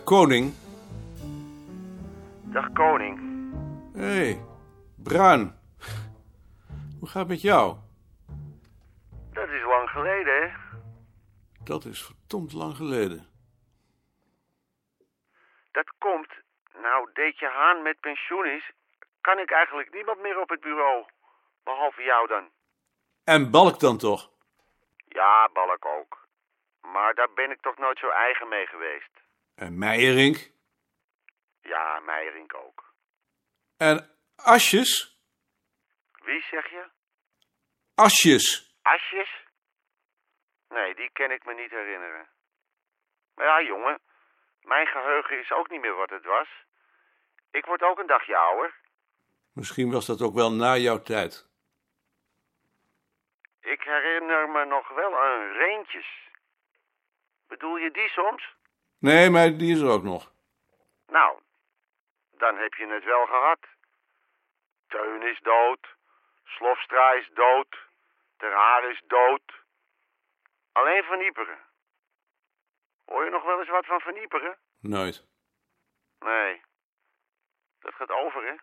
Koning. Dag koning. Hé, Bruin. Hoe gaat het met jou? Dat is lang geleden, hè? Dat is verdomd lang geleden. Dat komt. Nou, Deetje Haan met pensioen is, kan ik eigenlijk niemand meer op het bureau. Behalve jou dan. En Balk dan toch? Ja, Balk ook. Maar daar ben ik toch nooit zo eigen mee geweest. En Meijerink? Ja, Meijerink ook. En Asjes? Wie zeg je? Asjes. Asjes? Nee, die kan ik me niet herinneren. Maar ja, jongen, mijn geheugen is ook niet meer wat het was. Ik word ook een dagje ouder. Misschien was dat ook wel na jouw tijd. Ik herinner me nog wel een Reentjes. Bedoel je die soms? Nee, maar die is er ook nog. Nou, dan heb je het wel gehad. Teun is dood. Slofstra is dood. Ter Haar is dood. Alleen Van Iperen. Hoor je nog wel eens wat van Van Iperen? Nooit. Nee. Dat gaat over, hè?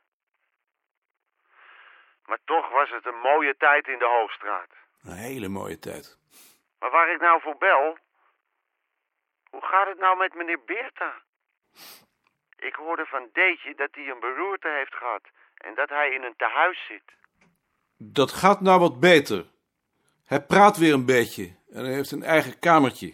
Maar toch was het een mooie tijd in de Hoogstraat. Een hele mooie tijd. Maar waar ik nou voor bel... Hoe gaat het nou met meneer Beerta? Ik hoorde van Deetje dat hij een beroerte heeft gehad... en dat hij in een tehuis zit. Dat gaat nou wat beter. Hij praat weer een beetje en hij heeft een eigen kamertje.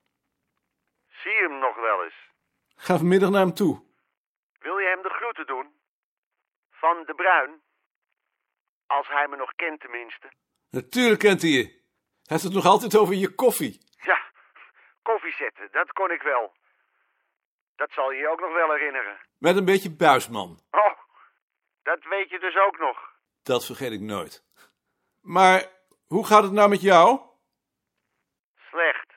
Zie je hem nog wel eens? Ga vanmiddag naar hem toe. Wil je hem de groeten doen? Van de Bruin? Als hij me nog kent tenminste. Natuurlijk kent hij je. Hij heeft het nog altijd over je koffie. Ja, koffie zetten, dat kon ik wel. Dat zal je je ook nog wel herinneren. Met een beetje Buisman. Oh, dat weet je dus ook nog. Dat vergeet ik nooit. Maar hoe gaat het nou met jou? Slecht.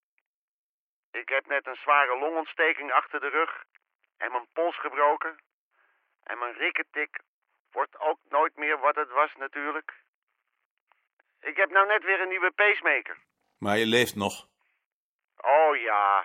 Ik heb net een zware longontsteking achter de rug. En mijn pols gebroken. En mijn rikketik wordt ook nooit meer wat het was natuurlijk. Ik heb nou net weer een nieuwe pacemaker. Maar je leeft nog. Oh ja.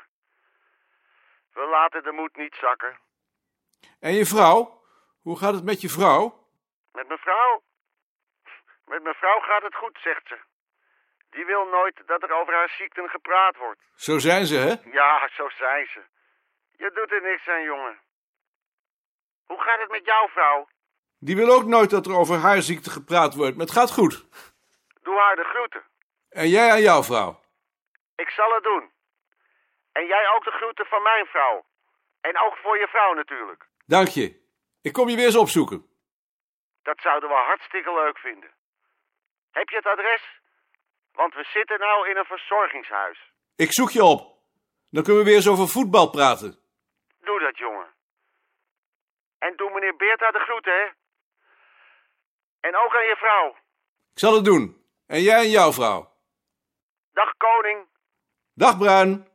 We laten de moed niet zakken. En je vrouw? Hoe gaat het met je vrouw? Met mijn vrouw? Met mijn vrouw gaat het goed, zegt ze. Die wil nooit dat er over haar ziekten gepraat wordt. Zo zijn ze, hè? Ja, zo zijn ze. Je doet er niks aan, jongen. Hoe gaat het met jouw vrouw? Die wil ook nooit dat er over haar ziekte gepraat wordt, maar het gaat goed. Doe haar de groeten. En jij aan jouw vrouw? Ik zal het doen. En jij ook de groeten van mijn vrouw. En ook voor je vrouw natuurlijk. Dank je. Ik kom je weer eens opzoeken. Dat zouden we hartstikke leuk vinden. Heb je het adres? Want we zitten nou in een verzorgingshuis. Ik zoek je op. Dan kunnen we weer eens over voetbal praten. Doe dat, jongen. En doe meneer Beerta de groeten, hè? En ook aan je vrouw. Ik zal het doen. En jij en jouw vrouw. Dag, koning. Dag, Bruin.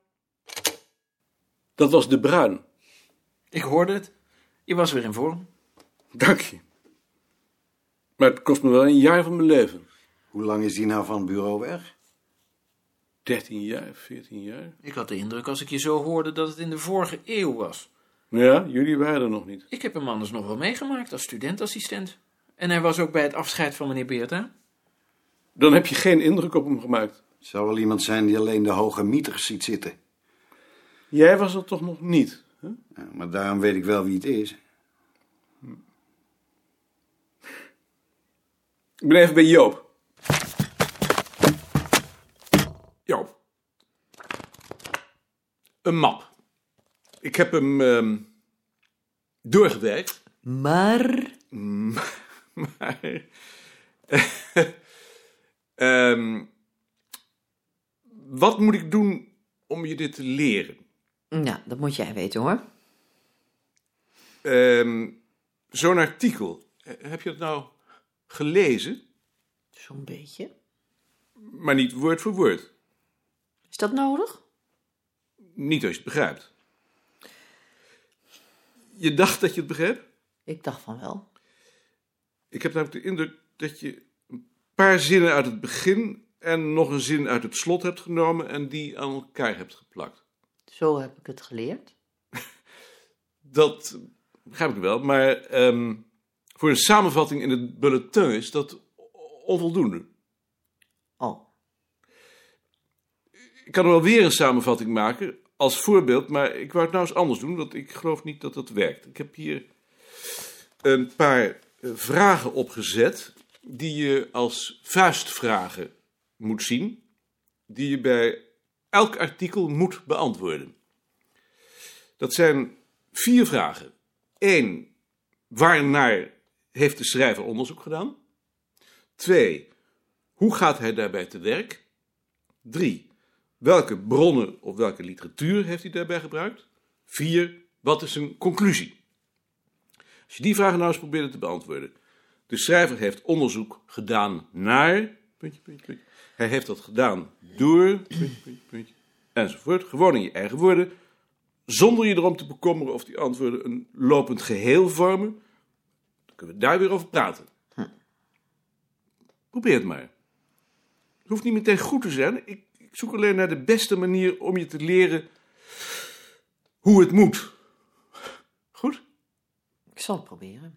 Dat was de Bruin. Ik hoorde het. Je was weer in vorm. Dank je. Maar het kost me wel een jaar van mijn leven. Hoe lang is die nou van het bureau weg? 13 jaar, 14 jaar. Ik had de indruk als ik je zo hoorde dat het in de vorige eeuw was. Ja, jullie waren er nog niet. Ik heb hem anders nog wel meegemaakt als studentassistent. En hij was ook bij het afscheid van meneer Beerta. Dan heb je geen indruk op hem gemaakt. Het zou wel iemand zijn die alleen de hoge mieters ziet zitten. Jij was er toch nog niet? Hè? Ja, maar daarom weet ik wel wie het is. Ik ben even bij Joop. Joop. Een map. Ik heb hem doorgewerkt. Maar... Maar... wat moet ik doen om je dit te leren? Nou, dat moet jij weten, hoor. Zo'n artikel. Heb je het nou gelezen? Zo'n beetje. Maar niet woord voor woord. Is dat nodig? Niet als je het begrijpt. Je dacht dat je het begreep? Ik dacht van wel. Ik heb namelijk de indruk dat je een paar zinnen uit het begin en nog een zin uit het slot hebt genomen en die aan elkaar hebt geplakt. Zo heb ik het geleerd. Dat begrijp ik wel, maar voor een samenvatting in het bulletin is dat onvoldoende. Oh, Ik kan er wel weer een samenvatting maken als voorbeeld, maar ik wou het nou eens anders doen, want ik geloof niet dat dat werkt. Ik heb hier een paar vragen opgezet die je als vuistvragen moet zien, die je bij elk artikel moet beantwoorden. Dat zijn 4 vragen. 1. Waarnaar heeft de schrijver onderzoek gedaan? 2. Hoe gaat hij daarbij te werk? 3. Welke bronnen of welke literatuur heeft hij daarbij gebruikt? 4. Wat is zijn conclusie? Als je die vragen nou eens probeert te beantwoorden. De schrijver heeft onderzoek gedaan naar... Puntje, puntje, puntje. Hij heeft dat gedaan door... Puntje, puntje, puntje, enzovoort. Gewoon in je eigen woorden. Zonder je erom te bekommeren of die antwoorden een lopend geheel vormen. Dan kunnen we daar weer over praten. Probeer het maar. Het hoeft niet meteen goed te zijn. Ik zoek alleen naar de beste manier om je te leren hoe het moet. Goed? ik zal het proberen.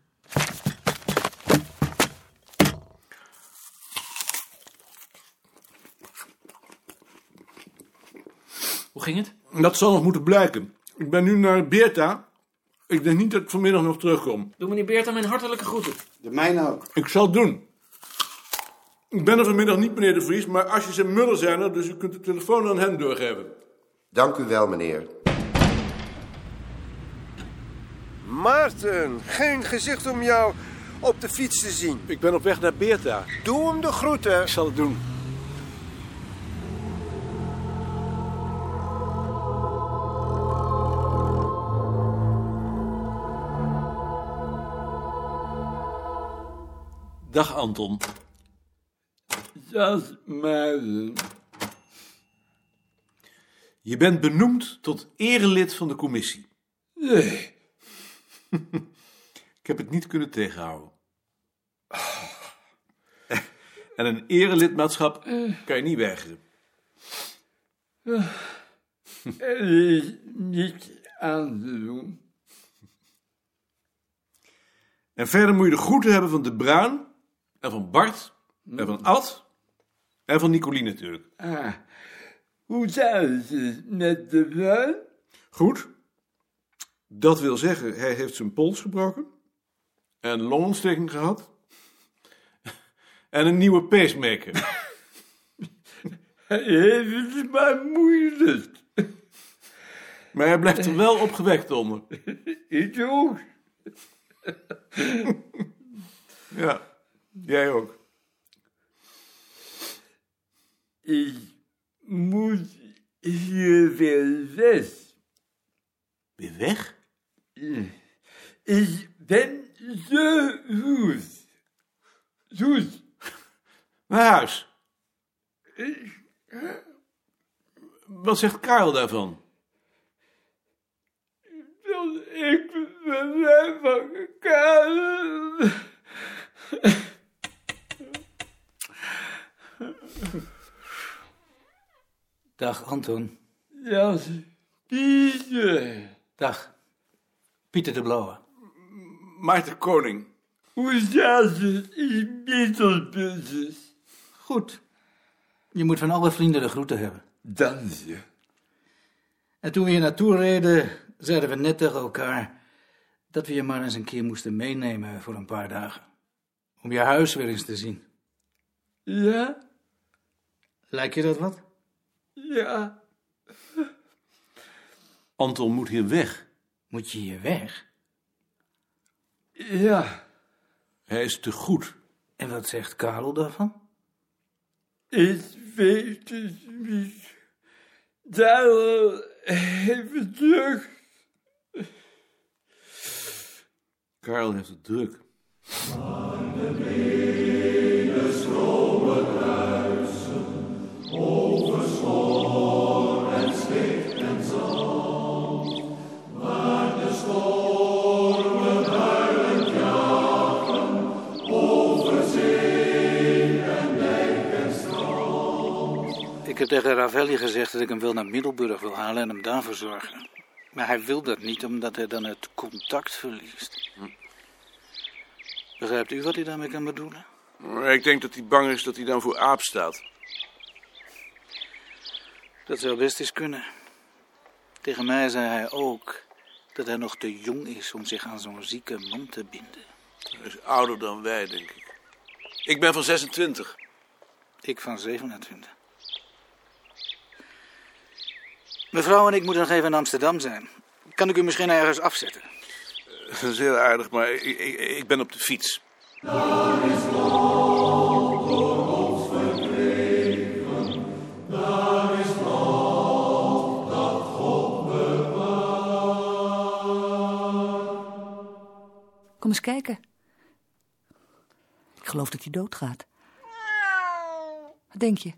Hoe ging het? Dat zal nog moeten blijken. Ik ben nu naar Beerta. Ik denk niet dat ik vanmiddag nog terugkom. Doe meneer Beerta mijn hartelijke groeten. De mijne ook. Ik zal het doen. Ik ben er vanmiddag niet, meneer de Vries, maar Asjes en Muller zijn er, dus u kunt de telefoon aan hen doorgeven. Dank u wel, meneer. Maarten, geen gezicht om jou op de fiets te zien. Ik ben op weg naar Beerta. Doe hem de groeten. Ik zal het doen. Dag Anton. Dat Maarten. Je bent benoemd tot erelid van de commissie. Nee. Ik heb het niet kunnen tegenhouden. En een erelidmaatschap kan je niet weigeren. Er is niets aan te doen. En verder moet je de groeten hebben van De Bruin, en van Bart, en van Ad, en van Nicoline natuurlijk. Ah, hoe staat het met de bruin? Goed. Dat wil zeggen, hij heeft zijn pols gebroken, en een longontsteking gehad, en een nieuwe pacemaker. Hij heeft het maar moeilijk. Maar hij blijft er wel opgewekt onder. Ik ook. Ja, jij ook. Ik moet hier weer weg. Weer weg? Ik ben zo goed. Goed. Naar huis. Wat zegt Karel daarvan? Dat ik ben van elkaar. Dag, Anton. Ja, Pieter. Dag. Pieter de Blauwe. Maarten Koning. Hoe staat het in Beetelbusiness? Goed. Je moet van alle vrienden de groeten hebben. Dank je. En toen we hier naartoe reden, zeiden we net tegen elkaar dat we je maar eens een keer moesten meenemen voor een paar dagen. Om je huis weer eens te zien. Ja? Lijkt je dat wat? Ja. Anton moet hier weg. Moet je hier weg? Ja. Hij is te goed. En wat zegt Karel daarvan? Ik weet het niet. Daarom even terug. Karel heeft het druk. Ik heb tegen Ravelli gezegd dat ik hem wel naar Middelburg wil halen en hem daar verzorgen. Maar hij wil dat niet, omdat hij dan het contact verliest. Begrijpt u wat hij daarmee kan bedoelen? Ik denk dat hij bang is dat hij dan voor aap staat. Dat zou best eens kunnen. Tegen mij zei hij ook dat hij nog te jong is om zich aan zo'n zieke man te binden. Hij is ouder dan wij, denk ik. Ik ben van 26. Ik van 27. Mevrouw en ik moeten nog even in Amsterdam zijn. Kan ik u misschien ergens afzetten? Dat is heel aardig, maar ik ben op de fiets. Kom eens kijken. Ik geloof dat hij doodgaat. Wat denk je?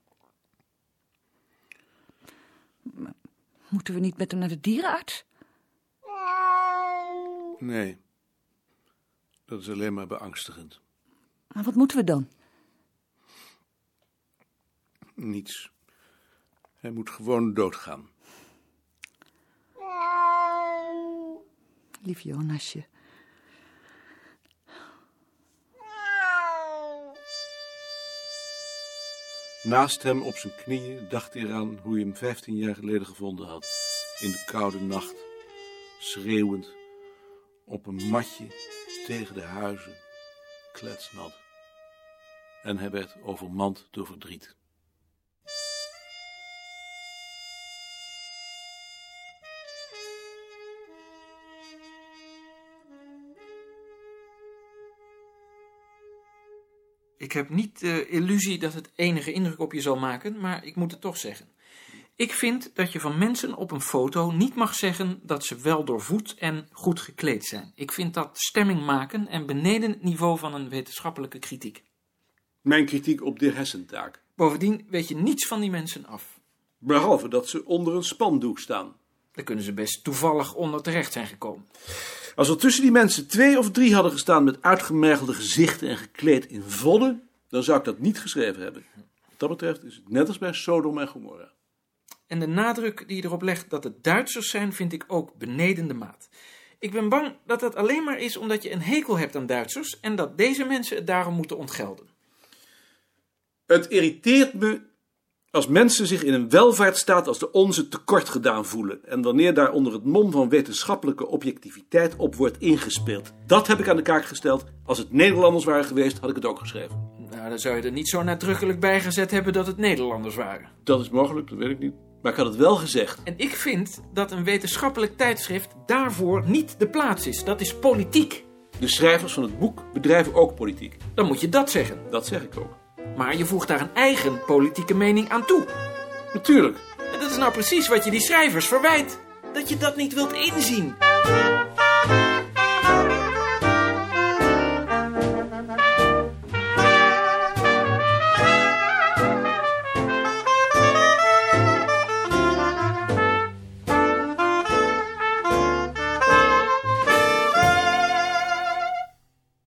Moeten we niet met hem naar de dierenarts? Nee. Dat is alleen maar beangstigend. Maar wat moeten we dan? Niets. Hij moet gewoon doodgaan. Lief Jonasje. Naast hem op zijn knieën dacht hij eraan hoe hij hem 15 jaar geleden gevonden had. In de koude nacht, schreeuwend, op een matje tegen de huizen, kletsnat. En hij werd overmand door verdriet. Ik heb niet de illusie dat het enige indruk op je zal maken, maar ik moet het toch zeggen. Ik vind dat je van mensen op een foto niet mag zeggen dat ze wel doorvoed en goed gekleed zijn. Ik vind dat stemming maken en beneden het niveau van een wetenschappelijke kritiek. Mijn kritiek op de hersentaak. Bovendien weet je niets van die mensen af. Behalve dat ze onder een spandoek staan. Daar kunnen ze best toevallig onder terecht zijn gekomen. Als er tussen die mensen 2 of 3 hadden gestaan met uitgemergelde gezichten en gekleed in vodden, dan zou ik dat niet geschreven hebben. Wat dat betreft is het net als bij Sodom en Gomorra. En de nadruk die je erop legt dat het Duitsers zijn, vind ik ook beneden de maat. Ik ben bang dat dat alleen maar is omdat je een hekel hebt aan Duitsers en dat deze mensen het daarom moeten ontgelden. Het irriteert me als mensen zich in een welvaartsstaat als de onze tekort gedaan voelen en wanneer daar onder het mom van wetenschappelijke objectiviteit op wordt ingespeeld. Dat heb ik aan de kaak gesteld. Als het Nederlanders waren geweest, had ik het ook geschreven. Nou, dan zou je er niet zo nadrukkelijk bij gezet hebben dat het Nederlanders waren. Dat is mogelijk, dat weet ik niet. Maar ik had het wel gezegd. En ik vind dat een wetenschappelijk tijdschrift daarvoor niet de plaats is. Dat is politiek. De schrijvers van het boek bedrijven ook politiek. Dan moet je dat zeggen. Dat zeg ik ook. Maar je voegt daar een eigen politieke mening aan toe. Natuurlijk. En dat is nou precies wat je die schrijvers verwijt. Dat je dat niet wilt inzien.